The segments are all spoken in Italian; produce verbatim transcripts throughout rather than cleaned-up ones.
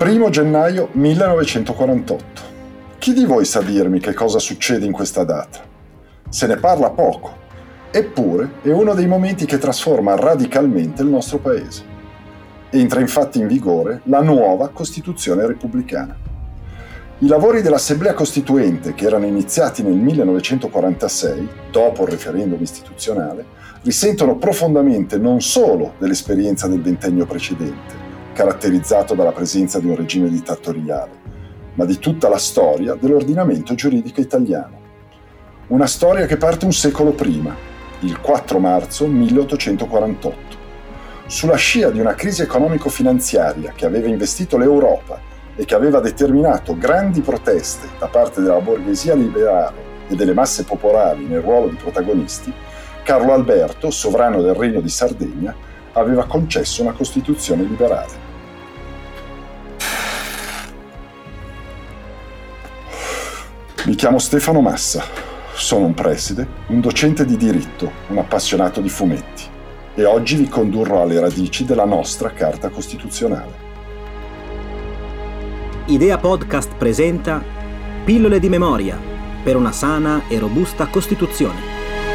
Primo gennaio millenovecentoquarantotto. Chi di voi sa dirmi che cosa succede in questa data? Se ne parla poco, eppure è uno dei momenti che trasforma radicalmente il nostro paese. Entra infatti in vigore la nuova Costituzione repubblicana. I lavori dell'Assemblea Costituente, che erano iniziati nel millenovecentoquarantasei, dopo il referendum istituzionale, risentono profondamente non solo dell'esperienza del ventennio precedente, caratterizzato dalla presenza di un regime dittatoriale, ma di tutta la storia dell'ordinamento giuridico italiano. Una storia che parte un secolo prima, il quattro marzo milleottocentoquarantotto, sulla scia di una crisi economico-finanziaria che aveva investito l'Europa e che aveva determinato grandi proteste da parte della borghesia liberale e delle masse popolari nel ruolo di protagonisti, Carlo Alberto, sovrano del Regno di Sardegna, aveva concesso una Costituzione liberale. Mi chiamo Stefano Massa, sono un preside, un docente di diritto, un appassionato di fumetti e oggi vi condurrò alle radici della nostra Carta Costituzionale. Idea Podcast presenta Pillole di memoria per una sana e robusta Costituzione.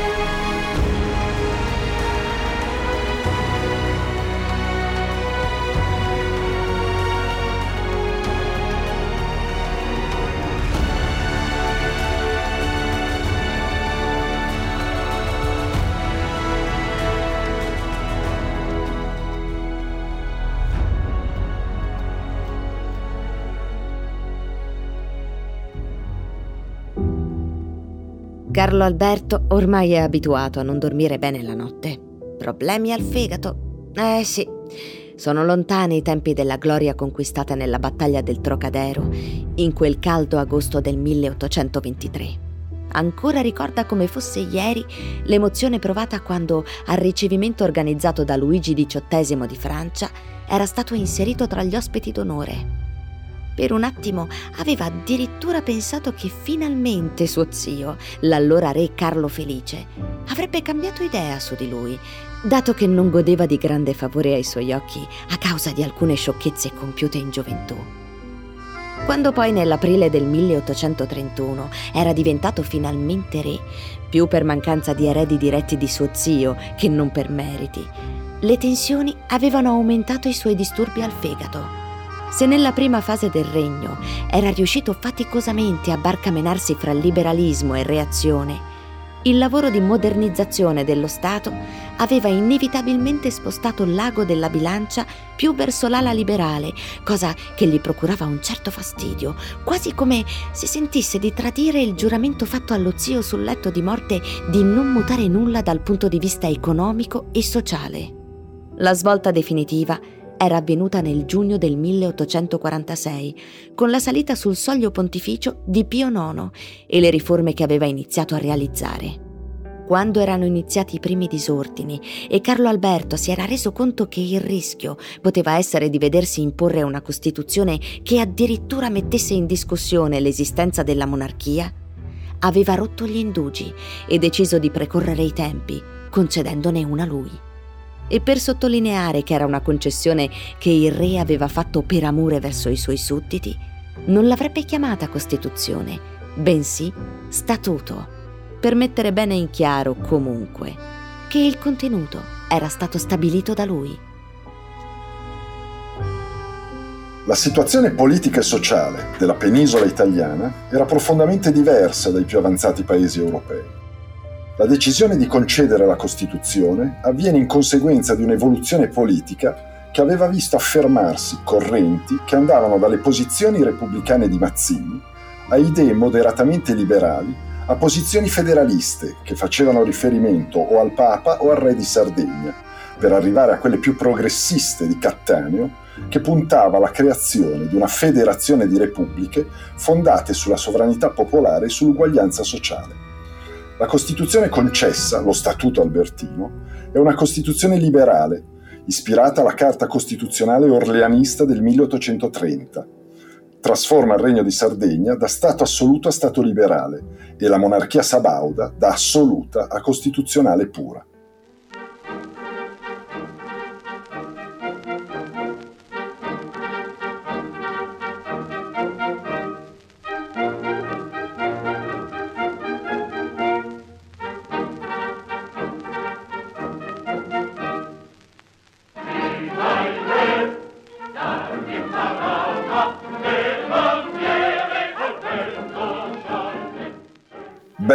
Carlo Alberto ormai è abituato a non dormire bene la notte. Problemi al fegato? Eh sì, sono lontani i tempi della gloria conquistata nella battaglia del Trocadero in quel caldo agosto del milleottocentoventitré. Ancora ricorda come fosse ieri l'emozione provata quando, al ricevimento organizzato da Luigi diciottesimo di Francia, era stato inserito tra gli ospiti d'onore. Per un attimo aveva addirittura pensato che finalmente suo zio, l'allora re Carlo Felice, avrebbe cambiato idea su di lui, dato che non godeva di grande favore ai suoi occhi a causa di alcune sciocchezze compiute in gioventù. Quando poi nell'aprile del milleottocentotrentuno era diventato finalmente re, più per mancanza di eredi diretti di suo zio che non per meriti, le tensioni avevano aumentato i suoi disturbi al fegato. Se nella prima fase del regno era riuscito faticosamente a barcamenarsi fra liberalismo e reazione, il lavoro di modernizzazione dello Stato aveva inevitabilmente spostato l'ago della bilancia più verso l'ala liberale, cosa che gli procurava un certo fastidio, quasi come se sentisse di tradire il giuramento fatto allo zio sul letto di morte di non mutare nulla dal punto di vista economico e sociale. La svolta definitiva era avvenuta nel giugno del milleottocentoquarantasei, con la salita sul soglio pontificio di Pio nono e le riforme che aveva iniziato a realizzare. Quando erano iniziati i primi disordini e Carlo Alberto si era reso conto che il rischio poteva essere di vedersi imporre una Costituzione che addirittura mettesse in discussione l'esistenza della monarchia, aveva rotto gli indugi e deciso di precorrere i tempi, concedendone una lui. E per sottolineare che era una concessione che il re aveva fatto per amore verso i suoi sudditi, non l'avrebbe chiamata Costituzione, bensì Statuto, per mettere bene in chiaro, comunque, che il contenuto era stato stabilito da lui. La situazione politica e sociale della penisola italiana era profondamente diversa dai più avanzati paesi europei. La decisione di concedere la Costituzione avviene in conseguenza di un'evoluzione politica che aveva visto affermarsi correnti che andavano dalle posizioni repubblicane di Mazzini a idee moderatamente liberali, a posizioni federaliste che facevano riferimento o al Papa o al Re di Sardegna, per arrivare a quelle più progressiste di Cattaneo, che puntava alla creazione di una federazione di repubbliche fondate sulla sovranità popolare e sull'uguaglianza sociale. La Costituzione concessa, lo Statuto Albertino, è una Costituzione liberale, ispirata alla Carta Costituzionale Orleanista del milleottocentotrenta. Trasforma il Regno di Sardegna da Stato assoluto a Stato liberale e la monarchia sabauda da assoluta a costituzionale pura.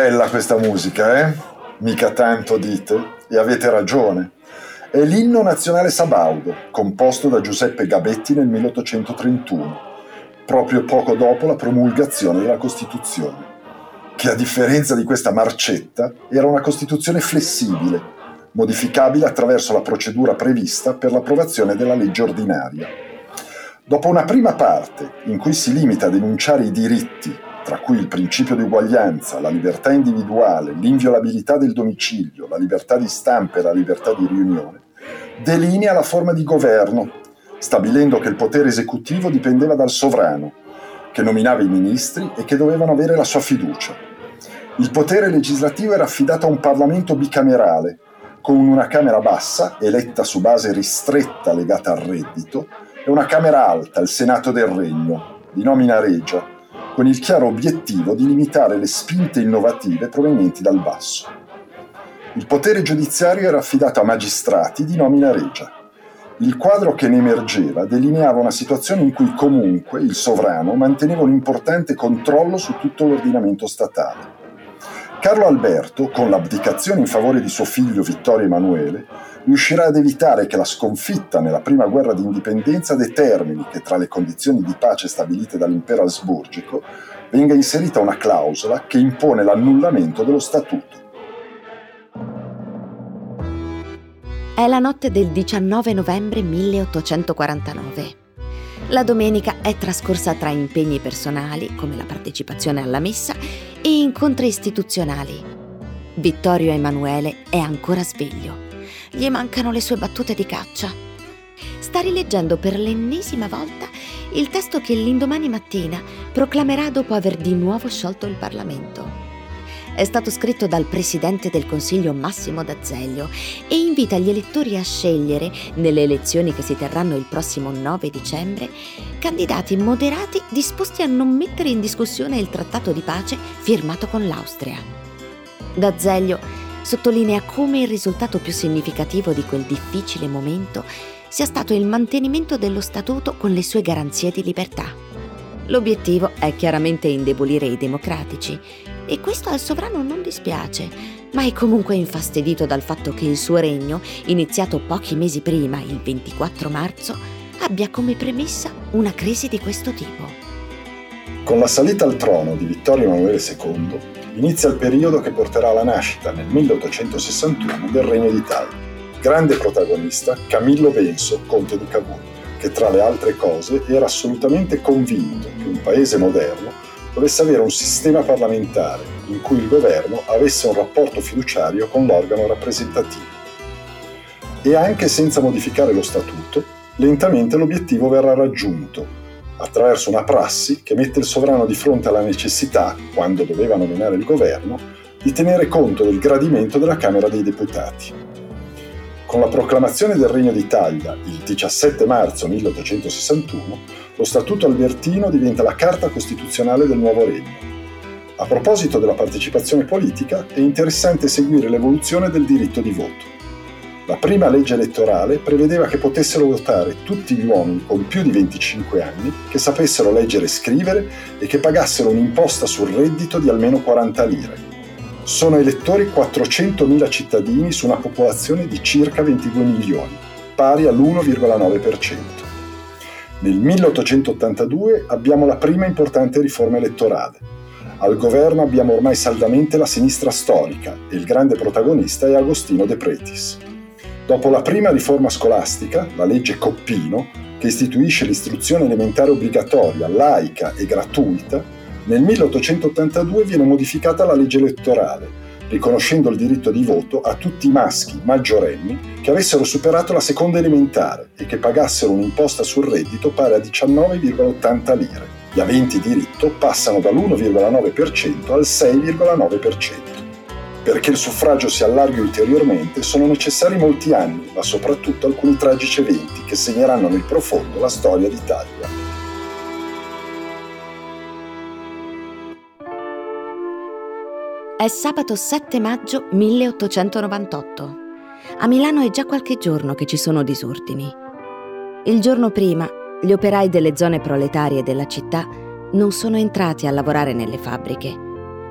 bella questa musica, eh? Mica tanto dite, e avete ragione. È l'inno nazionale sabaudo, composto da Giuseppe Gabetti nel milleottocentotrentuno, proprio poco dopo la promulgazione della Costituzione, che a differenza di questa marcetta era una Costituzione flessibile, modificabile attraverso la procedura prevista per l'approvazione della legge ordinaria. Dopo una prima parte, in cui si limita ad enunciare i diritti, tra cui il principio di uguaglianza, la libertà individuale, l'inviolabilità del domicilio, la libertà di stampa e la libertà di riunione, delinea la forma di governo, stabilendo che il potere esecutivo dipendeva dal sovrano, che nominava i ministri e che dovevano avere la sua fiducia. Il potere legislativo era affidato a un Parlamento bicamerale, con una Camera bassa, eletta su base ristretta legata al reddito, e una Camera alta, il Senato del Regno, di nomina regia, con il chiaro obiettivo di limitare le spinte innovative provenienti dal basso. Il potere giudiziario era affidato a magistrati di nomina regia. Il quadro che ne emergeva delineava una situazione in cui comunque il sovrano manteneva un importante controllo su tutto l'ordinamento statale. Carlo Alberto, con l'abdicazione in favore di suo figlio Vittorio Emanuele, riuscirà ad evitare che la sconfitta nella prima guerra di indipendenza determini che tra le condizioni di pace stabilite dall'impero asburgico venga inserita una clausola che impone l'annullamento dello statuto. È la notte del diciannove novembre milleottocentoquarantanove. La domenica è trascorsa tra impegni personali, come la partecipazione alla messa, e incontri istituzionali. Vittorio Emanuele è ancora sveglio. Gli mancano le sue battute di caccia. Sta rileggendo per l'ennesima volta il testo che l'indomani mattina proclamerà dopo aver di nuovo sciolto il Parlamento. È stato scritto dal presidente del Consiglio Massimo D'Azeglio e invita gli elettori a scegliere, nelle elezioni che si terranno il prossimo nove dicembre, candidati moderati disposti a non mettere in discussione il trattato di pace firmato con l'Austria. D'Azeglio sottolinea come il risultato più significativo di quel difficile momento sia stato il mantenimento dello statuto con le sue garanzie di libertà. L'obiettivo è chiaramente indebolire i democratici, e questo al sovrano non dispiace, ma è comunque infastidito dal fatto che il suo regno, iniziato pochi mesi prima, il ventiquattro marzo, abbia come premessa una crisi di questo tipo. Con la salita al trono di Vittorio Emanuele secondo, inizia il periodo che porterà alla nascita nel milleottocentosessantuno del Regno d'Italia. Grande protagonista Camillo Benso, conte di Cavour, che tra le altre cose era assolutamente convinto che un paese moderno dovesse avere un sistema parlamentare in cui il governo avesse un rapporto fiduciario con l'organo rappresentativo. E anche senza modificare lo statuto, lentamente l'obiettivo verrà raggiunto, attraverso una prassi che mette il sovrano di fronte alla necessità, quando doveva nominare il governo, di tenere conto del gradimento della Camera dei Deputati. Con la proclamazione del Regno d'Italia, il diciassette marzo milleottocentosessantuno, lo Statuto Albertino diventa la Carta Costituzionale del nuovo regno. A proposito della partecipazione politica, è interessante seguire l'evoluzione del diritto di voto. La prima legge elettorale prevedeva che potessero votare tutti gli uomini con più di venticinque anni che sapessero leggere e scrivere e che pagassero un'imposta sul reddito di almeno quaranta lire. Sono elettori quattrocentomila cittadini su una popolazione di circa ventidue milioni, pari all'uno virgola nove per cento. Nel milleottocentottantadue abbiamo la prima importante riforma elettorale. Al governo abbiamo ormai saldamente la sinistra storica e il grande protagonista è Agostino De Pretis. Dopo la prima riforma scolastica, la legge Coppino, che istituisce l'istruzione elementare obbligatoria, laica e gratuita, nel milleottocentottantadue viene modificata la legge elettorale, riconoscendo il diritto di voto a tutti i maschi maggiorenni che avessero superato la seconda elementare e che pagassero un'imposta sul reddito pari a diciannove virgola ottanta lire. Gli aventi diritto passano dall'uno virgola nove per cento al sei virgola nove per cento. Perché il suffragio si allarghi ulteriormente sono necessari molti anni, ma soprattutto alcuni tragici eventi che segneranno nel profondo la storia d'Italia. È sabato sette maggio milleottocentonovantotto. A Milano è già qualche giorno che ci sono disordini. Il giorno prima, gli operai delle zone proletarie della città non sono entrati a lavorare nelle fabbriche.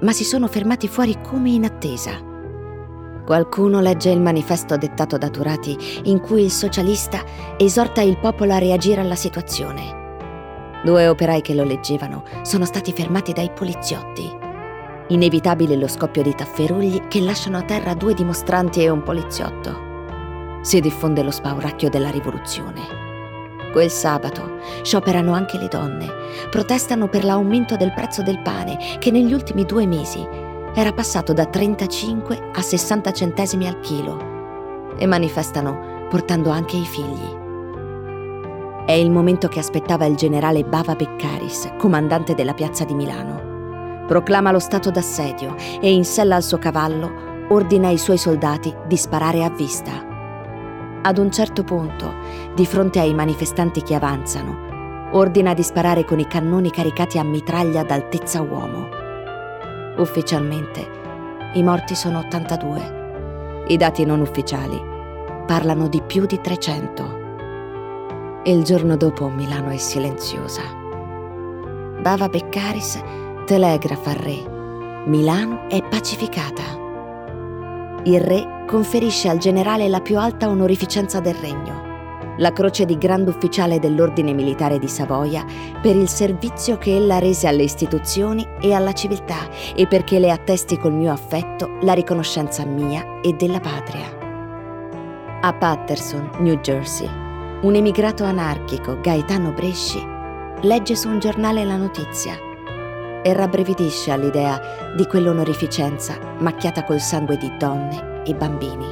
ma si sono fermati fuori come in attesa. Qualcuno legge il manifesto dettato da Turati in cui il socialista esorta il popolo a reagire alla situazione. Due operai che lo leggevano sono stati fermati dai poliziotti. Inevitabile lo scoppio di tafferugli che lasciano a terra due dimostranti e un poliziotto. Si diffonde lo spauracchio della rivoluzione. Quel sabato scioperano anche le donne, protestano per l'aumento del prezzo del pane che negli ultimi due mesi era passato da trentacinque a sessanta centesimi al chilo e manifestano portando anche i figli. È il momento che aspettava il generale Bava Beccaris, comandante della piazza di Milano. Proclama lo stato d'assedio e in sella al suo cavallo ordina ai suoi soldati di sparare a vista. Ad un certo punto, di fronte ai manifestanti che avanzano, ordina di sparare con i cannoni caricati a mitraglia d'altezza uomo. Ufficialmente, i morti sono ottantadue. I dati non ufficiali parlano di più di trecento. Il giorno dopo Milano è silenziosa. Bava Beccaris telegrafa al re: Milano è pacificata. Il re conferisce al generale la più alta onorificenza del regno, la croce di grande ufficiale dell'ordine militare di Savoia, per il servizio che ella rese alle istituzioni e alla civiltà e perché le attesti col mio affetto la riconoscenza mia e della patria. A Paterson, New Jersey, un emigrato anarchico, Gaetano Bresci, legge su un giornale la notizia e rabbrividisce all'idea di quell'onorificenza macchiata col sangue di donne e bambini.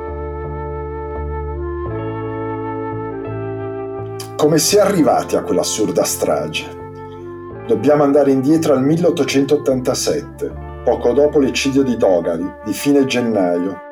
Come si è arrivati a quell'assurda strage? Dobbiamo andare indietro al milleottocentottantasette, poco dopo l'eccidio di Dogali, di fine gennaio.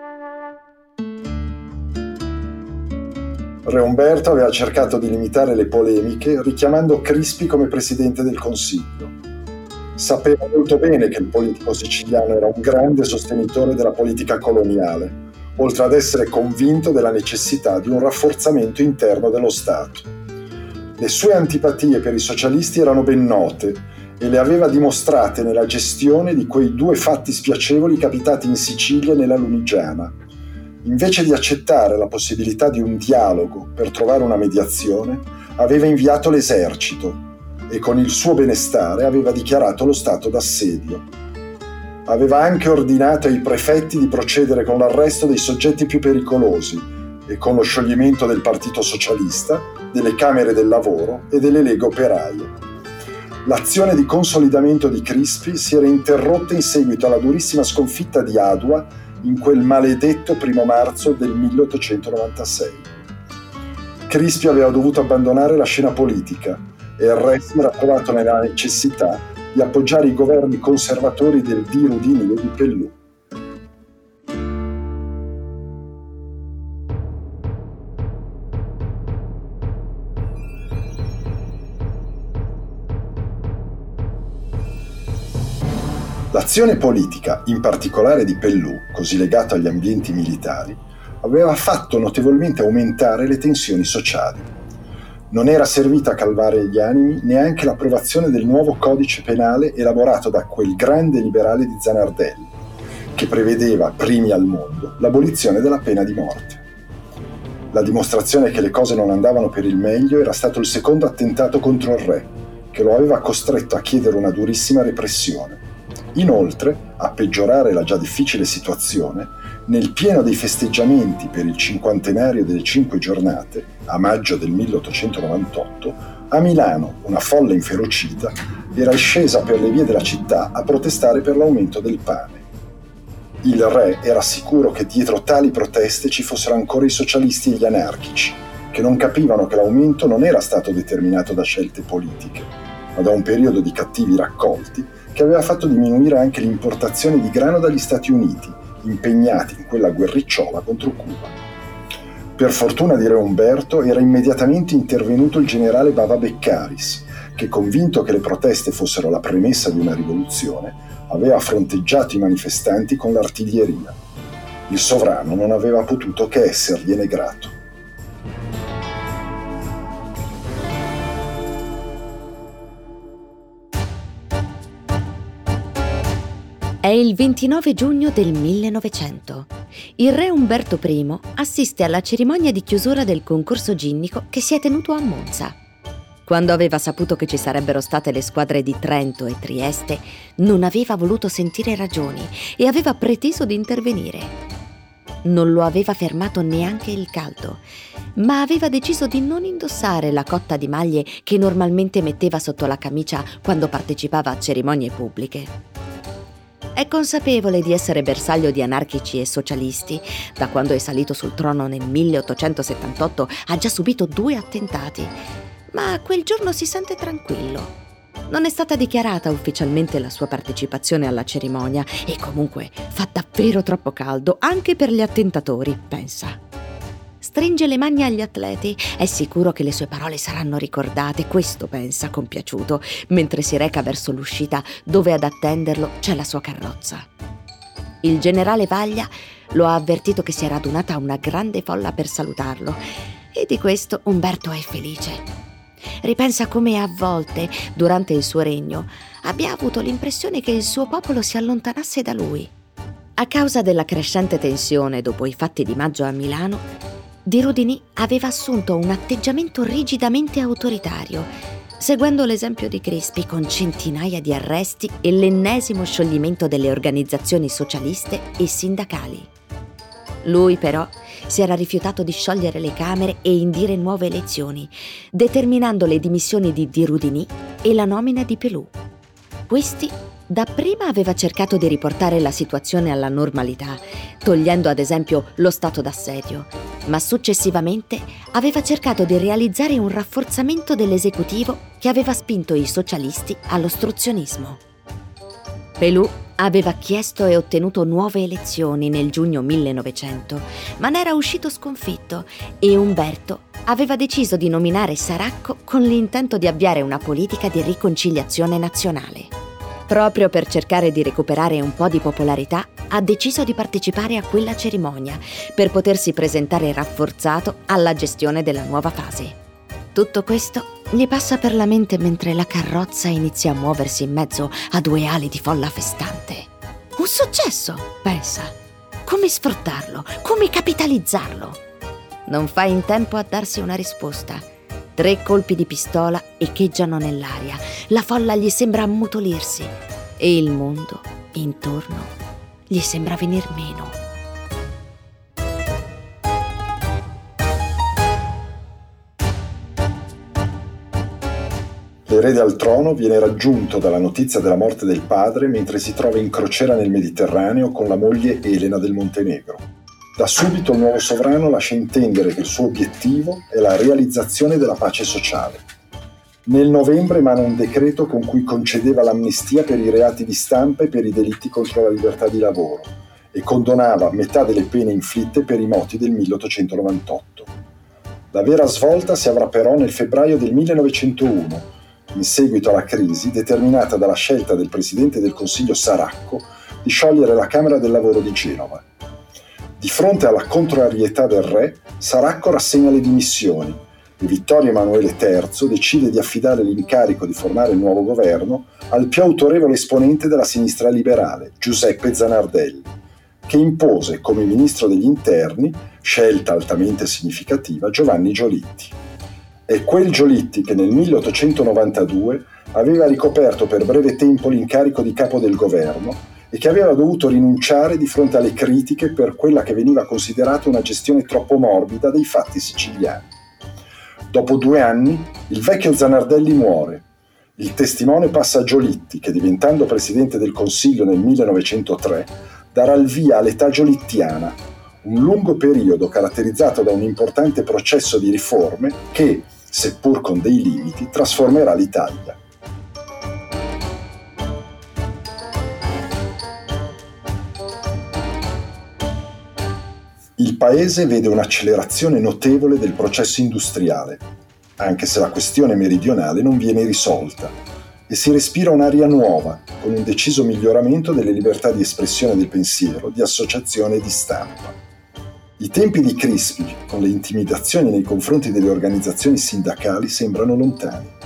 Re Umberto aveva cercato di limitare le polemiche richiamando Crispi come presidente del Consiglio. Sapeva molto bene che il politico siciliano era un grande sostenitore della politica coloniale, oltre ad essere convinto della necessità di un rafforzamento interno dello Stato. Le sue antipatie per i socialisti erano ben note e le aveva dimostrate nella gestione di quei due fatti spiacevoli capitati in Sicilia e nella Lunigiana. Invece di accettare la possibilità di un dialogo per trovare una mediazione, aveva inviato l'esercito e con il suo benestare aveva dichiarato lo stato d'assedio. Aveva anche ordinato ai prefetti di procedere con l'arresto dei soggetti più pericolosi e con lo scioglimento del Partito Socialista, delle Camere del Lavoro e delle leghe operaie. L'azione di consolidamento di Crispi si era interrotta in seguito alla durissima sconfitta di Adua in quel maledetto primo marzo del milleottocentonovantasei. Crispi aveva dovuto abbandonare la scena politica e il re si era trovato nella necessità di appoggiare i governi conservatori del Di Rudinì e di Pellù. L'azione politica, in particolare di Pellù, così legato agli ambienti militari, aveva fatto notevolmente aumentare le tensioni sociali. Non era servita a calmare gli animi neanche l'approvazione del nuovo codice penale elaborato da quel grande liberale di Zanardelli, che prevedeva, primi al mondo, l'abolizione della pena di morte. La dimostrazione che le cose non andavano per il meglio era stato il secondo attentato contro il re, che lo aveva costretto a chiedere una durissima repressione. Inoltre, a peggiorare la già difficile situazione, nel pieno dei festeggiamenti per il cinquantenario delle Cinque Giornate, a maggio del milleottocentonovantotto, a Milano una folla inferocita era scesa per le vie della città a protestare per l'aumento del pane. Il re era sicuro che dietro tali proteste ci fossero ancora i socialisti e gli anarchici, che non capivano che l'aumento non era stato determinato da scelte politiche, ma da un periodo di cattivi raccolti che aveva fatto diminuire anche l'importazione di grano dagli Stati Uniti, impegnati in quella guerricciola contro Cuba. Per fortuna di Re Umberto era immediatamente intervenuto il generale Bava Beccaris, che, convinto che le proteste fossero la premessa di una rivoluzione, aveva fronteggiato i manifestanti con l'artiglieria. Il sovrano non aveva potuto che essergliene grato. È il ventinove giugno del millenovecento. Il re Umberto I assiste alla cerimonia di chiusura del concorso ginnico che si è tenuto a Monza. Quando aveva saputo che ci sarebbero state le squadre di Trento e Trieste, non aveva voluto sentire ragioni e aveva preteso di intervenire. Non lo aveva fermato neanche il caldo, ma aveva deciso di non indossare la cotta di maglie che normalmente metteva sotto la camicia quando partecipava a cerimonie pubbliche. È consapevole di essere bersaglio di anarchici e socialisti. Da quando è salito sul trono nel milleottocentosettantotto ha già subito due attentati, ma quel giorno si sente tranquillo. Non è stata dichiarata ufficialmente la sua partecipazione alla cerimonia e comunque fa davvero troppo caldo anche per gli attentatori, pensa. Stringe le mani agli atleti, è sicuro che le sue parole saranno ricordate, questo pensa compiaciuto, mentre si reca verso l'uscita dove ad attenderlo c'è la sua carrozza. Il generale Vaglia lo ha avvertito che si è radunata una grande folla per salutarlo e di questo Umberto è felice. Ripensa come a volte, durante il suo regno, abbia avuto l'impressione che il suo popolo si allontanasse da lui. A causa della crescente tensione dopo i fatti di maggio a Milano, Di Rudinì aveva assunto un atteggiamento rigidamente autoritario, seguendo l'esempio di Crispi con centinaia di arresti e l'ennesimo scioglimento delle organizzazioni socialiste e sindacali. Lui però si era rifiutato di sciogliere le Camere e indire nuove elezioni, determinando le dimissioni di Di Rudinì e la nomina di Pelù. Questi dapprima aveva cercato di riportare la situazione alla normalità, togliendo ad esempio lo stato d'assedio, ma successivamente aveva cercato di realizzare un rafforzamento dell'esecutivo che aveva spinto i socialisti all'ostruzionismo. Pelù aveva chiesto e ottenuto nuove elezioni nel giugno millenovecento, ma ne era uscito sconfitto e Umberto aveva deciso di nominare Saracco con l'intento di avviare una politica di riconciliazione nazionale. Proprio per cercare di recuperare un po' di popolarità, ha deciso di partecipare a quella cerimonia per potersi presentare rafforzato alla gestione della nuova fase. Tutto questo gli passa per la mente mentre la carrozza inizia a muoversi in mezzo a due ali di folla festante. Un successo, pensa. Come sfruttarlo? Come capitalizzarlo? Non fa in tempo a darsi una risposta. Tre colpi di pistola echeggiano nell'aria, la folla gli sembra ammutolirsi e il mondo intorno gli sembra venir meno. L'erede al trono viene raggiunto dalla notizia della morte del padre mentre si trova in crociera nel Mediterraneo con la moglie Elena del Montenegro. Da subito il nuovo sovrano lascia intendere che il suo obiettivo è la realizzazione della pace sociale. Nel novembre emana un decreto con cui concedeva l'amnistia per i reati di stampa e per i delitti contro la libertà di lavoro e condonava metà delle pene inflitte per i moti del milleottocentonovantotto. La vera svolta si avrà però nel febbraio del millenovecentouno, in seguito alla crisi determinata dalla scelta del presidente del Consiglio Saracco di sciogliere la Camera del Lavoro di Genova. Di fronte alla contrarietà del re, Saracco rassegna le dimissioni e Vittorio Emanuele terzo decide di affidare l'incarico di formare il nuovo governo al più autorevole esponente della sinistra liberale, Giuseppe Zanardelli, che impose come ministro degli interni, scelta altamente significativa, Giovanni Giolitti. È quel Giolitti che nel milleottocentonovantadue aveva ricoperto per breve tempo l'incarico di capo del governo e che aveva dovuto rinunciare di fronte alle critiche per quella che veniva considerata una gestione troppo morbida dei fatti siciliani. Dopo due anni, il vecchio Zanardelli muore. Il testimone passa a Giolitti, che diventando presidente del Consiglio nel millenovecentotre, darà il via all'età giolittiana, un lungo periodo caratterizzato da un importante processo di riforme che, seppur con dei limiti, trasformerà l'Italia. Il paese vede un'accelerazione notevole del processo industriale, anche se la questione meridionale non viene risolta, e si respira un'aria nuova, con un deciso miglioramento delle libertà di espressione del pensiero, di associazione e di stampa. I tempi di Crispi, con le intimidazioni nei confronti delle organizzazioni sindacali, sembrano lontani.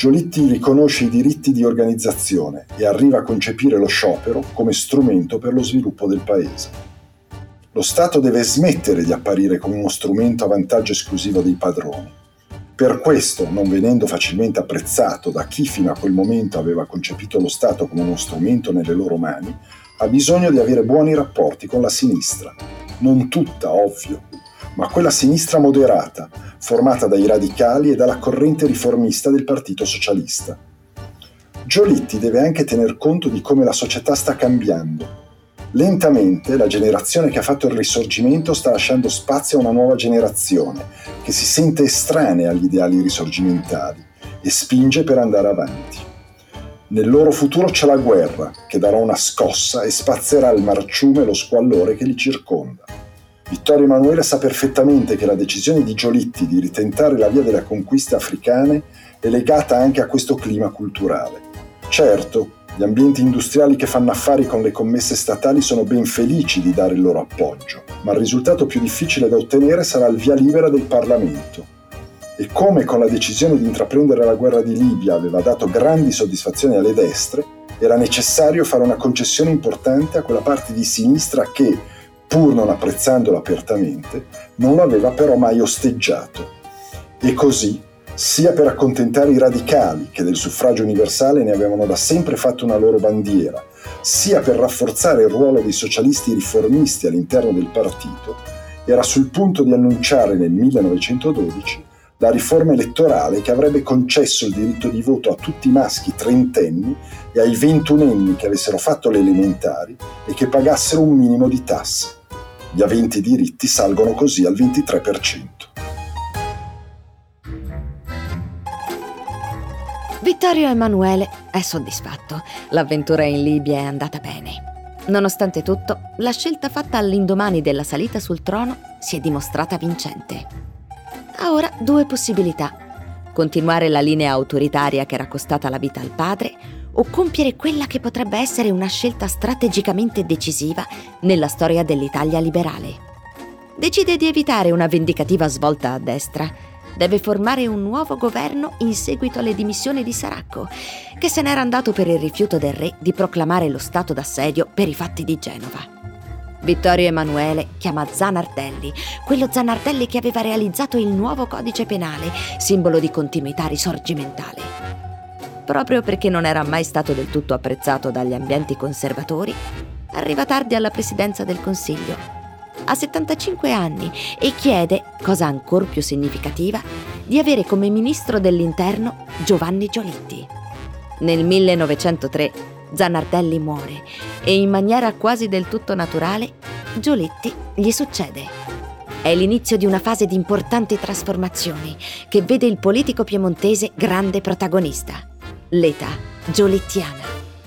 Giolitti riconosce i diritti di organizzazione e arriva a concepire lo sciopero come strumento per lo sviluppo del paese. Lo Stato deve smettere di apparire come uno strumento a vantaggio esclusivo dei padroni. Per questo, non venendo facilmente apprezzato da chi fino a quel momento aveva concepito lo Stato come uno strumento nelle loro mani, ha bisogno di avere buoni rapporti con la sinistra. Non tutta, ovvio, ma quella sinistra moderata, formata dai radicali e dalla corrente riformista del Partito Socialista. Giolitti deve anche tener conto di come la società sta cambiando. Lentamente la generazione che ha fatto il Risorgimento sta lasciando spazio a una nuova generazione che si sente estranea agli ideali risorgimentali e spinge per andare avanti. Nel loro futuro c'è la guerra, che darà una scossa e spazzerà il marciume e lo squallore che li circonda. Vittorio Emanuele sa perfettamente che la decisione di Giolitti di ritentare la via delle conquiste africane è legata anche a questo clima culturale. Certo, gli ambienti industriali che fanno affari con le commesse statali sono ben felici di dare il loro appoggio, ma il risultato più difficile da ottenere sarà il via libera del Parlamento. E come con la decisione di intraprendere la guerra di Libia aveva dato grandi soddisfazioni alle destre, era necessario fare una concessione importante a quella parte di sinistra che, pur non apprezzandolo apertamente, non lo aveva però mai osteggiato. E così, sia per accontentare i radicali, che del suffragio universale ne avevano da sempre fatto una loro bandiera, sia per rafforzare il ruolo dei socialisti riformisti all'interno del partito, era sul punto di annunciare nel millenovecentododici la riforma elettorale che avrebbe concesso il diritto di voto a tutti i maschi trentenni e ai ventunenni che avessero fatto le elementari e che pagassero un minimo di tasse. Gli aventi diritti salgono così al ventitré per cento. Vittorio Emanuele è soddisfatto. L'avventura in Libia è andata bene. Nonostante tutto, la scelta fatta all'indomani della salita sul trono si è dimostrata vincente. Ha ora due possibilità: continuare la linea autoritaria che era costata la vita al padre o compiere quella che potrebbe essere una scelta strategicamente decisiva nella storia dell'Italia liberale. Decide di evitare una vendicativa svolta a destra. Deve formare un nuovo governo in seguito alle dimissioni di Saracco, che se n'era andato per il rifiuto del re di proclamare lo stato d'assedio per i fatti di Genova. Vittorio Emanuele chiama Zanardelli, quello Zanardelli che aveva realizzato il nuovo codice penale, simbolo di continuità risorgimentale. Proprio perché non era mai stato del tutto apprezzato dagli ambienti conservatori, arriva tardi alla presidenza del Consiglio. Ha settantacinque anni e chiede, cosa ancor più significativa, di avere come ministro dell'interno Giovanni Giolitti. Nel millenovecentotre Zanardelli muore e in maniera quasi del tutto naturale Giolitti gli succede. È l'inizio di una fase di importanti trasformazioni che vede il politico piemontese grande protagonista, l'età giolittiana.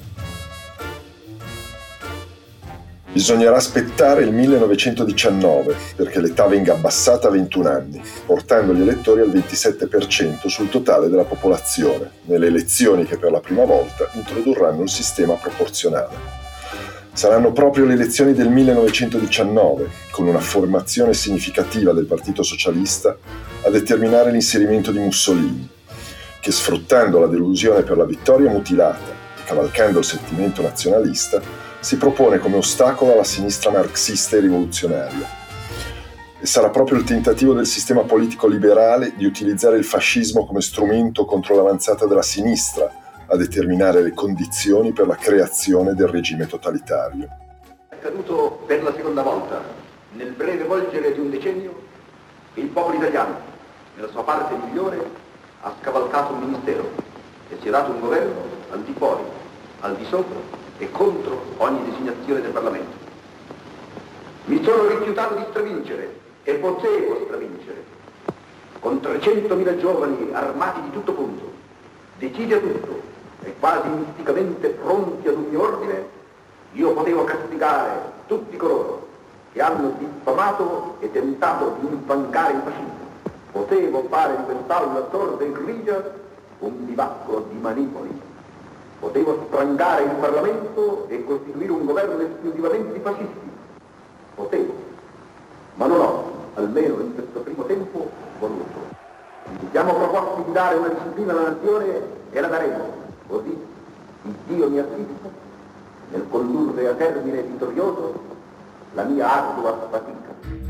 Bisognerà aspettare il millenovecentodiciannove perché l'età venga abbassata a ventuno anni, portando gli elettori al ventisette per cento sul totale della popolazione, nelle elezioni che per la prima volta introdurranno il sistema proporzionale. Saranno proprio le elezioni del millenovecentodiciannove, con una formazione significativa del Partito Socialista, a determinare l'inserimento di Mussolini, che sfruttando la delusione per la vittoria mutilata e cavalcando il sentimento nazionalista, si propone come ostacolo alla sinistra marxista e rivoluzionaria. E sarà proprio il tentativo del sistema politico liberale di utilizzare il fascismo come strumento contro l'avanzata della sinistra a determinare le condizioni per la creazione del regime totalitario. È accaduto per la seconda volta, nel breve volgere di un decennio, il popolo italiano, nella sua parte migliore, ha scavalcato un ministero e si è dato un governo al di fuori, al di sopra e contro ogni designazione del Parlamento. Mi sono rifiutato di stravincere e potevo stravincere. Con trecentomila giovani armati di tutto punto, decisi a tutto e quasi misticamente pronti ad ogni ordine, io potevo castigare tutti coloro che hanno diffamato e tentato di infangare il fascismo. Potevo fare di quest'aula sorda e grigia un bivacco di manipoli. Potevo sprangare il Parlamento e costituire un governo esclusivamente fascisti. Potevo, ma non ho, almeno in questo primo tempo, voluto. Ci siamo proposti di dare una disciplina alla nazione Ce la daremo, così il Dio mi assista nel condurre a termine vittorioso la mia ardua fatica.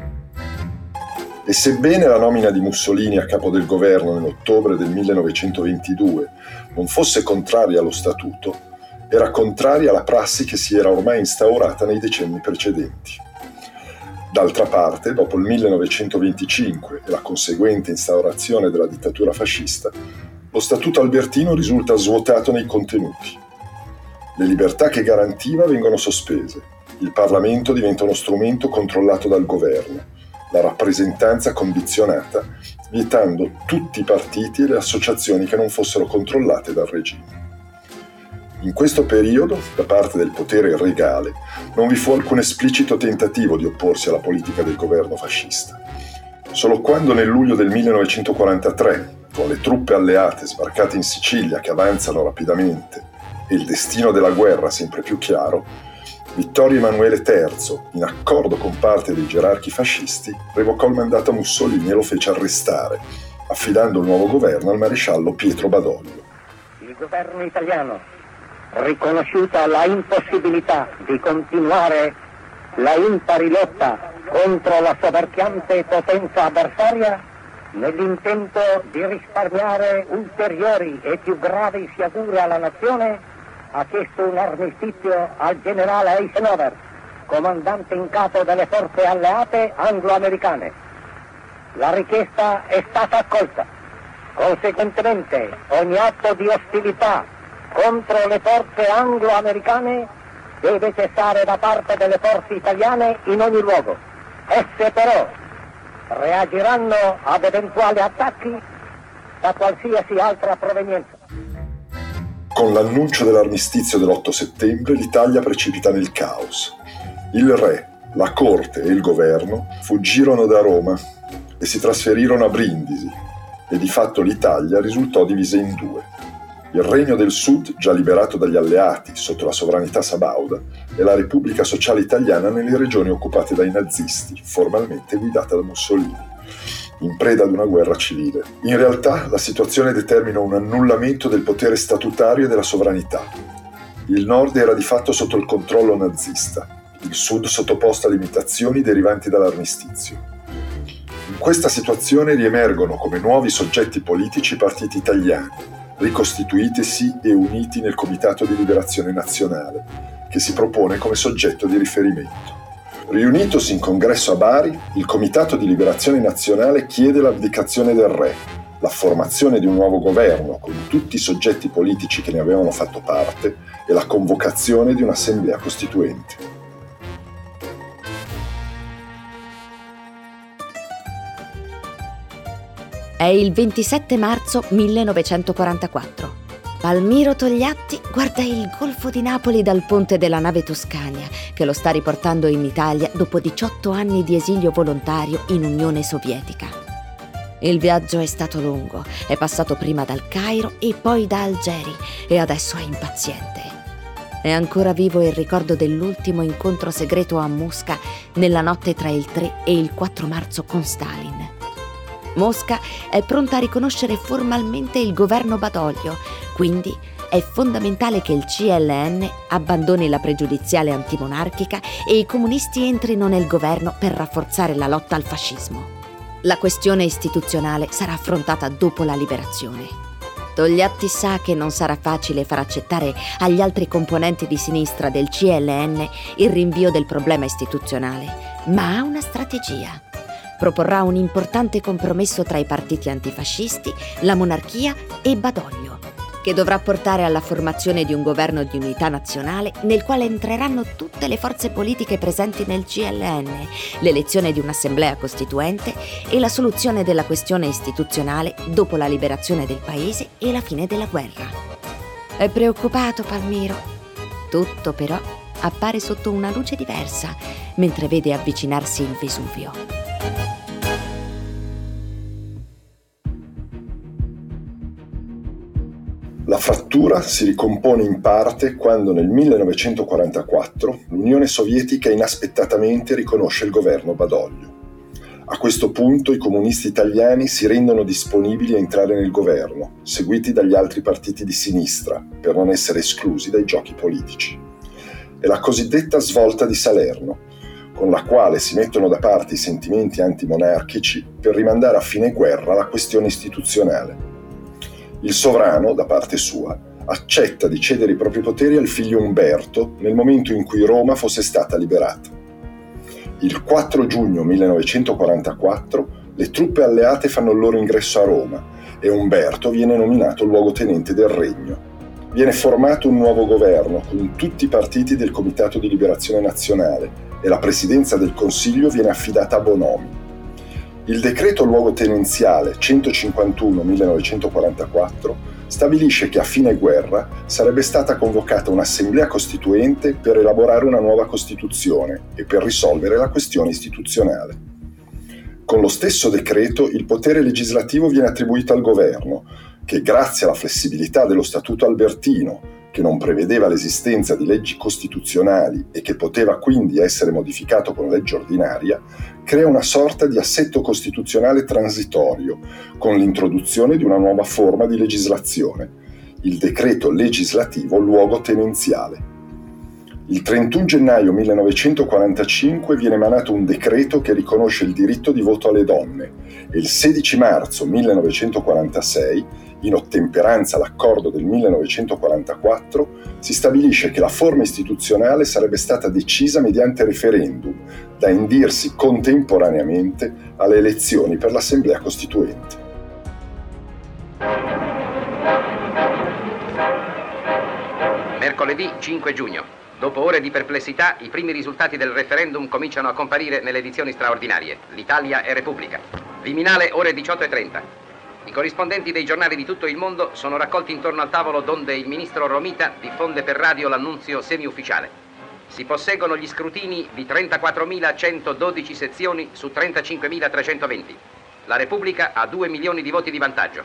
E sebbene la nomina di Mussolini a capo del governo nell'ottobre del millenovecentoventidue non fosse contraria allo statuto, era contraria alla prassi che si era ormai instaurata nei decenni precedenti. D'altra parte, dopo il millenovecentoventicinque e la conseguente instaurazione della dittatura fascista, lo Statuto albertino risulta svuotato nei contenuti. Le libertà che garantiva vengono sospese, il Parlamento diventa uno strumento controllato dal governo, la rappresentanza condizionata, vietando tutti i partiti e le associazioni che non fossero controllate dal regime. In questo periodo, da parte del potere regale, non vi fu alcun esplicito tentativo di opporsi alla politica del governo fascista. Solo quando nel luglio del millenovecentoquarantatré, con le truppe alleate sbarcate in Sicilia che avanzano rapidamente e il destino della guerra sempre più chiaro, Vittorio Emanuele terzo, in accordo con parte dei gerarchi fascisti, revocò il mandato a Mussolini e lo fece arrestare, affidando il nuovo governo al maresciallo Pietro Badoglio. Il governo italiano, riconosciuta la impossibilità di continuare la impari lotta contro la soverchiante potenza avversaria, nell'intento di risparmiare ulteriori e più gravi sciagure alla nazione, ha chiesto un armistizio al generale Eisenhower, comandante in capo delle forze alleate anglo-americane. La richiesta è stata accolta. Conseguentemente, ogni atto di ostilità contro le forze anglo-americane deve cessare da parte delle forze italiane in ogni luogo. Esse però reagiranno ad eventuali attacchi da qualsiasi altra provenienza. Con l'annuncio dell'armistizio dell'otto settembre, l'Italia precipita nel caos. Il re, la corte e il governo fuggirono da Roma e si trasferirono a Brindisi, e di fatto l'Italia risultò divisa in due. Il Regno del Sud, già liberato dagli alleati sotto la sovranità sabauda, e la Repubblica Sociale Italiana nelle regioni occupate dai nazisti, formalmente guidata da Mussolini, in preda ad una guerra civile. In realtà la situazione determina un annullamento del potere statutario e della sovranità. Il nord era di fatto sotto il controllo nazista, il sud sottoposto a limitazioni derivanti dall'armistizio. In questa situazione riemergono come nuovi soggetti politici i partiti italiani, ricostituitisi e uniti nel Comitato di Liberazione Nazionale, che si propone come soggetto di riferimento. Riunitosi in congresso a Bari, il Comitato di Liberazione Nazionale chiede l'abdicazione del re, la formazione di un nuovo governo con tutti i soggetti politici che ne avevano fatto parte e la convocazione di un'assemblea costituente. È il ventisette marzo millenovecentoquarantaquattro. Palmiro Togliatti guarda il Golfo di Napoli dal ponte della nave Toscania, che lo sta riportando in Italia dopo diciotto anni di esilio volontario in Unione Sovietica. Il viaggio è stato lungo, è passato prima dal Cairo e poi da Algeri e adesso è impaziente. È ancora vivo il ricordo dell'ultimo incontro segreto a Mosca nella notte tra il tre e il quattro marzo con Stalin. Mosca è pronta a riconoscere formalmente il governo Badoglio, quindi è fondamentale che il C L N abbandoni la pregiudiziale antimonarchica e i comunisti entrino nel governo per rafforzare la lotta al fascismo. La questione istituzionale sarà affrontata dopo la liberazione. Togliatti sa che non sarà facile far accettare agli altri componenti di sinistra del C L N il rinvio del problema istituzionale, ma ha una strategia. Proporrà un importante compromesso tra i partiti antifascisti, la monarchia e Badoglio, che dovrà portare alla formazione di un governo di unità nazionale nel quale entreranno tutte le forze politiche presenti nel C L N, l'elezione di un'assemblea costituente e la soluzione della questione istituzionale dopo la liberazione del paese e la fine della guerra. È preoccupato Palmiro. Tutto però appare sotto una luce diversa mentre vede avvicinarsi il Vesuvio. La frattura si ricompone in parte quando nel millenovecentoquarantaquattro l'Unione Sovietica inaspettatamente riconosce il governo Badoglio. A questo punto i comunisti italiani si rendono disponibili a entrare nel governo, seguiti dagli altri partiti di sinistra, per non essere esclusi dai giochi politici. È la cosiddetta svolta di Salerno, con la quale si mettono da parte i sentimenti antimonarchici per rimandare a fine guerra la questione istituzionale. Il sovrano, da parte sua, accetta di cedere i propri poteri al figlio Umberto nel momento in cui Roma fosse stata liberata. Il quattro giugno millenovecentoquarantaquattro le truppe alleate fanno il loro ingresso a Roma e Umberto viene nominato luogotenente del regno. Viene formato un nuovo governo con tutti i partiti del Comitato di Liberazione Nazionale e la presidenza del Consiglio viene affidata a Bonomi. Il decreto luogotenenziale centocinquantuno millenovecentoquarantaquattro stabilisce che a fine guerra sarebbe stata convocata un'assemblea costituente per elaborare una nuova Costituzione e per risolvere la questione istituzionale. Con lo stesso decreto il potere legislativo viene attribuito al governo, che grazie alla flessibilità dello Statuto Albertino, che non prevedeva l'esistenza di leggi costituzionali e che poteva quindi essere modificato con legge ordinaria, crea una sorta di assetto costituzionale transitorio, con l'introduzione di una nuova forma di legislazione, il decreto legislativo luogotenenziale. Il trentuno gennaio millenovecentoquarantacinque viene emanato un decreto che riconosce il diritto di voto alle donne e il sedici marzo millenovecentoquarantasei, in ottemperanza all'accordo del millenovecentoquarantaquattro, si stabilisce che la forma istituzionale sarebbe stata decisa mediante referendum, da indirsi contemporaneamente alle elezioni per l'Assemblea Costituente. Mercoledì cinque giugno. Dopo ore di perplessità, i primi risultati del referendum cominciano a comparire nelle edizioni straordinarie. L'Italia è Repubblica. Viminale, ore diciotto e trenta. I corrispondenti dei giornali di tutto il mondo sono raccolti intorno al tavolo donde il ministro Romita diffonde per radio l'annunzio semiufficiale. Si posseggono gli scrutini di trentaquattromilacentododici sezioni su trentacinquemilatrecentoventi. La Repubblica ha due milioni di voti di vantaggio.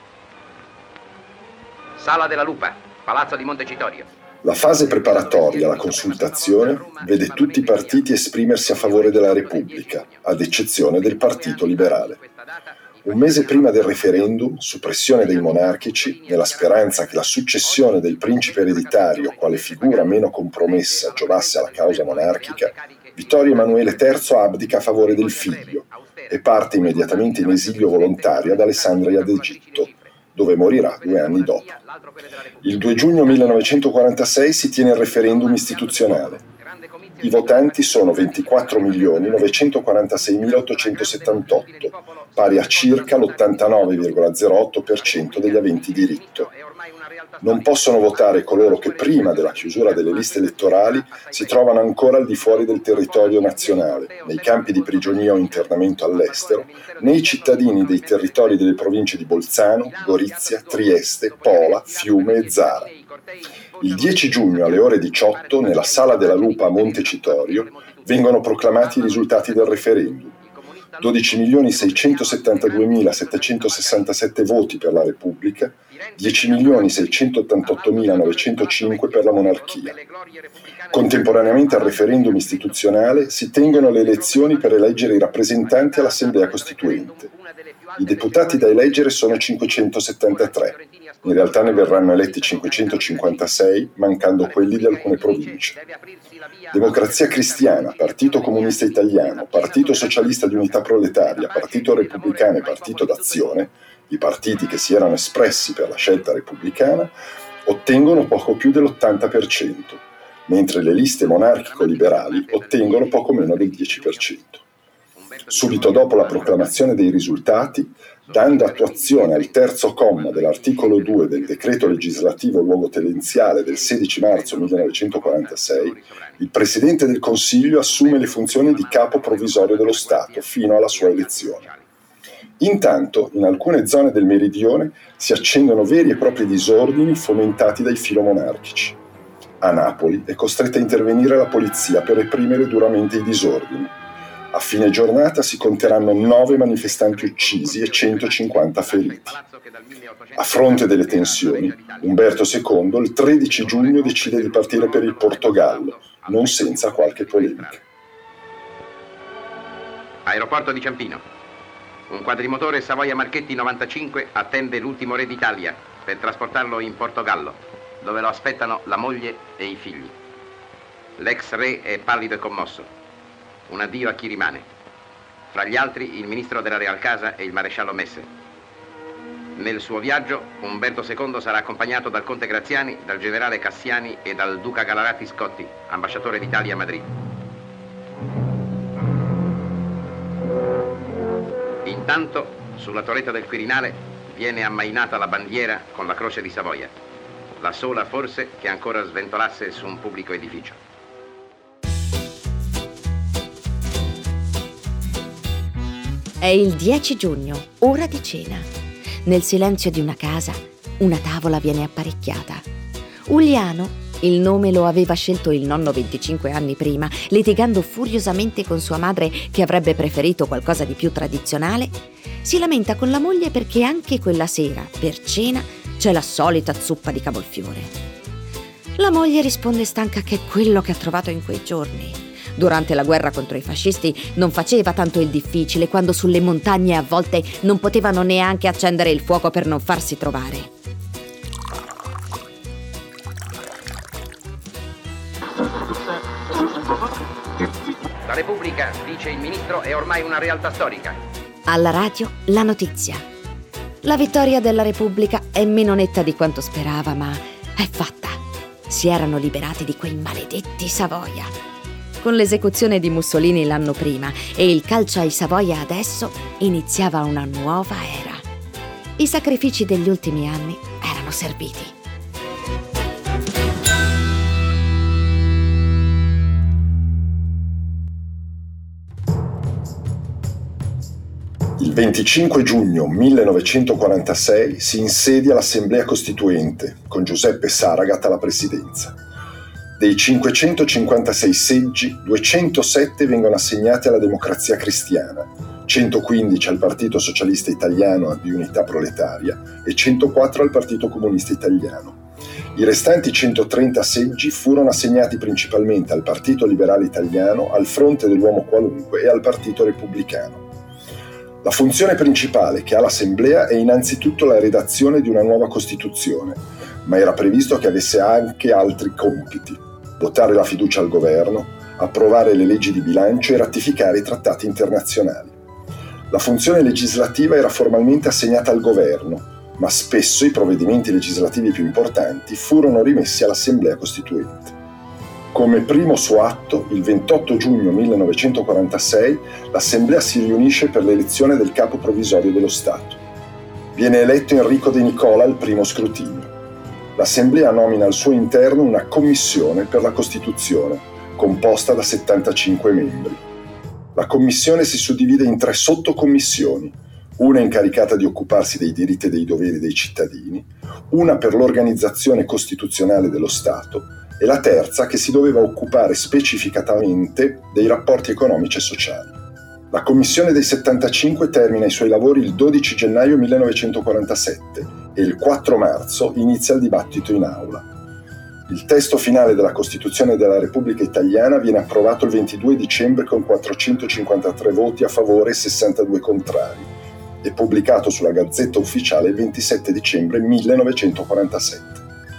Sala della Lupa, Palazzo di Montecitorio. La fase preparatoria alla consultazione vede tutti i partiti esprimersi a favore della Repubblica, ad eccezione del Partito Liberale. Un mese prima del referendum, su pressione dei monarchici, nella speranza che la successione del principe ereditario, quale figura meno compromessa, giovasse alla causa monarchica, Vittorio Emanuele terzo abdica a favore del figlio e parte immediatamente in esilio volontario ad Alessandria d'Egitto, dove morirà due anni dopo. Il due giugno millenovecentoquarantasei si tiene il referendum istituzionale. I votanti sono ventiquattro milioni novecentoquarantaseimilaottocentosettantotto, pari a circa l'ottantanove virgola zero otto per cento degli aventi diritto. Non possono votare coloro che prima della chiusura delle liste elettorali si trovano ancora al di fuori del territorio nazionale, nei campi di prigionia o internamento all'estero, né i cittadini dei territori delle province di Bolzano, Gorizia, Trieste, Pola, Fiume e Zara. Il dieci giugno alle ore diciotto, nella Sala della Lupa a Montecitorio, vengono proclamati i risultati del referendum. dodici milioni seicentosettantaduemilasettecentosessantasette voti per la Repubblica, dieci milioni seicentottantottomilanovecentocinque per la monarchia. Contemporaneamente al referendum istituzionale si tengono le elezioni per eleggere i rappresentanti all'Assemblea Costituente. I deputati da eleggere sono cinquecentosettantatré. In realtà ne verranno eletti cinquecentocinquantasei, mancando quelli di alcune province. Democrazia Cristiana, Partito Comunista Italiano, Partito Socialista di Unità Proletaria, Partito Repubblicano e Partito d'Azione, i partiti che si erano espressi per la scelta repubblicana, ottengono poco più dell'ottanta per cento, mentre le liste monarchico-liberali ottengono poco meno del dieci per cento. Subito dopo la proclamazione dei risultati, dando attuazione al terzo comma dell'articolo due del decreto legislativo luogotenenziale del sedici marzo millenovecentoquarantasei, il Presidente del Consiglio assume le funzioni di capo provvisorio dello Stato fino alla sua elezione. Intanto, in alcune zone del meridione si accendono veri e propri disordini fomentati dai filomonarchici. A Napoli è costretta a intervenire la polizia per reprimere duramente i disordini. A fine giornata si conteranno nove manifestanti uccisi e centocinquanta feriti. A fronte delle tensioni, Umberto secondo il tredici giugno decide di partire per il Portogallo, non senza qualche polemica. Aeroporto di Ciampino. Un quadrimotore Savoia Marchetti novantacinque attende l'ultimo re d'Italia per trasportarlo in Portogallo, dove lo aspettano la moglie e i figli. L'ex re è pallido e commosso. Un addio a chi rimane. Fra gli altri il ministro della Real Casa e il maresciallo Messe. Nel suo viaggio Umberto secondo sarà accompagnato dal conte Graziani, dal generale Cassiani e dal duca Galarati Scotti, ambasciatore d'Italia a Madrid. Intanto, sulla torretta del Quirinale viene ammainata la bandiera con la croce di Savoia, la sola forse che ancora sventolasse su un pubblico edificio. È il dieci giugno, ora di cena. Nel silenzio di una casa, una tavola viene apparecchiata. Uliano, il nome lo aveva scelto il nonno venticinque anni prima, litigando furiosamente con sua madre che avrebbe preferito qualcosa di più tradizionale, si lamenta con la moglie perché anche quella sera, per cena, c'è la solita zuppa di cavolfiore. La moglie risponde stanca che è quello che ha trovato in quei giorni. Durante la guerra contro i fascisti non faceva tanto il difficile, quando sulle montagne a volte non potevano neanche accendere il fuoco per non farsi trovare. La Repubblica, dice il ministro, è ormai una realtà storica. Alla radio la notizia. La vittoria della Repubblica è meno netta di quanto sperava, ma è fatta. Si erano liberati di quei maledetti Savoia. Con l'esecuzione di Mussolini l'anno prima e il calcio ai Savoia adesso, iniziava una nuova era. I sacrifici degli ultimi anni erano serviti. Il venticinque giugno millenovecentoquarantasei si insedia l'Assemblea Costituente, con Giuseppe Saragat alla presidenza. Dei cinquecentocinquantasei seggi, duecentosette vengono assegnati alla Democrazia Cristiana, centoquindici al Partito Socialista Italiano di Unità Proletaria e centoquattro al Partito Comunista Italiano. I restanti centotrenta seggi furono assegnati principalmente al Partito Liberale Italiano, al Fronte dell'Uomo Qualunque e al Partito Repubblicano. La funzione principale che ha l'Assemblea è innanzitutto la redazione di una nuova Costituzione, ma era previsto che avesse anche altri compiti: votare la fiducia al governo, approvare le leggi di bilancio e ratificare i trattati internazionali. La funzione legislativa era formalmente assegnata al governo, ma spesso i provvedimenti legislativi più importanti furono rimessi all'Assemblea Costituente. Come primo suo atto, il ventotto giugno millenovecentoquarantasei, l'Assemblea si riunisce per l'elezione del capo provvisorio dello Stato. Viene eletto Enrico De Nicola al primo scrutinio. L'Assemblea nomina al suo interno una commissione per la Costituzione, composta da settantacinque membri. La commissione si suddivide in tre sottocommissioni, una incaricata di occuparsi dei diritti e dei doveri dei cittadini, una per l'organizzazione costituzionale dello Stato e la terza che si doveva occupare specificatamente dei rapporti economici e sociali. La commissione dei settantacinque termina i suoi lavori il dodici gennaio millenovecentoquarantasette e il quattro marzo inizia il dibattito in aula. Il testo finale della Costituzione della Repubblica Italiana viene approvato il ventidue dicembre con quattrocentocinquantatré voti a favore e sessantadue contrari e pubblicato sulla Gazzetta Ufficiale il ventisette dicembre millenovecentoquarantasette.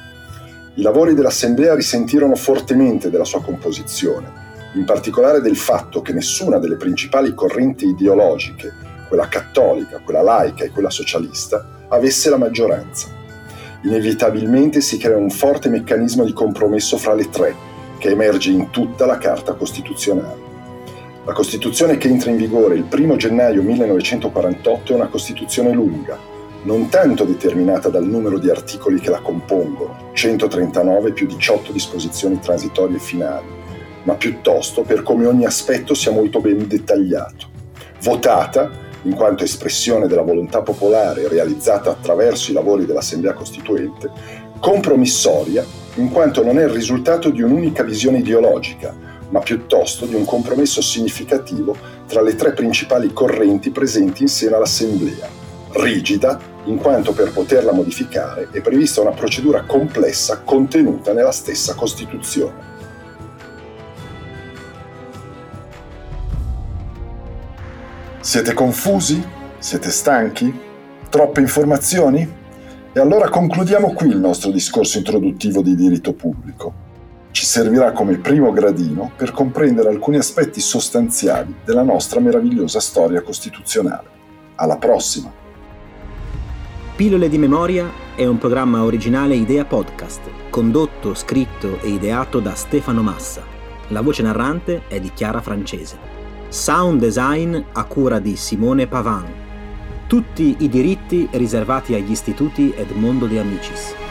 I lavori dell'Assemblea risentirono fortemente della sua composizione, in particolare del fatto che nessuna delle principali correnti ideologiche, quella cattolica, quella laica e quella socialista, avesse la maggioranza. Inevitabilmente si crea un forte meccanismo di compromesso fra le tre, che emerge in tutta la Carta Costituzionale. La Costituzione che entra in vigore il primo gennaio millenovecentoquarantotto è una Costituzione lunga, non tanto determinata dal numero di articoli che la compongono, centotrentanove più diciotto disposizioni transitorie e finali, ma piuttosto per come ogni aspetto sia molto ben dettagliato. Votata, in quanto espressione della volontà popolare realizzata attraverso i lavori dell'Assemblea Costituente, compromissoria, in quanto non è il risultato di un'unica visione ideologica, ma piuttosto di un compromesso significativo tra le tre principali correnti presenti in seno all'Assemblea. Rigida, in quanto per poterla modificare è prevista una procedura complessa contenuta nella stessa Costituzione. Siete confusi? Siete stanchi? Troppe informazioni? E allora concludiamo qui il nostro discorso introduttivo di diritto pubblico. Ci servirà come primo gradino per comprendere alcuni aspetti sostanziali della nostra meravigliosa storia costituzionale. Alla prossima! Pillole di memoria è un programma originale Idea Podcast, condotto, scritto e ideato da Stefano Massa. La voce narrante è di Chiara Francese. Sound design a cura di Simone Pavan. Tutti i diritti riservati agli istituti Edmondo De Amicis.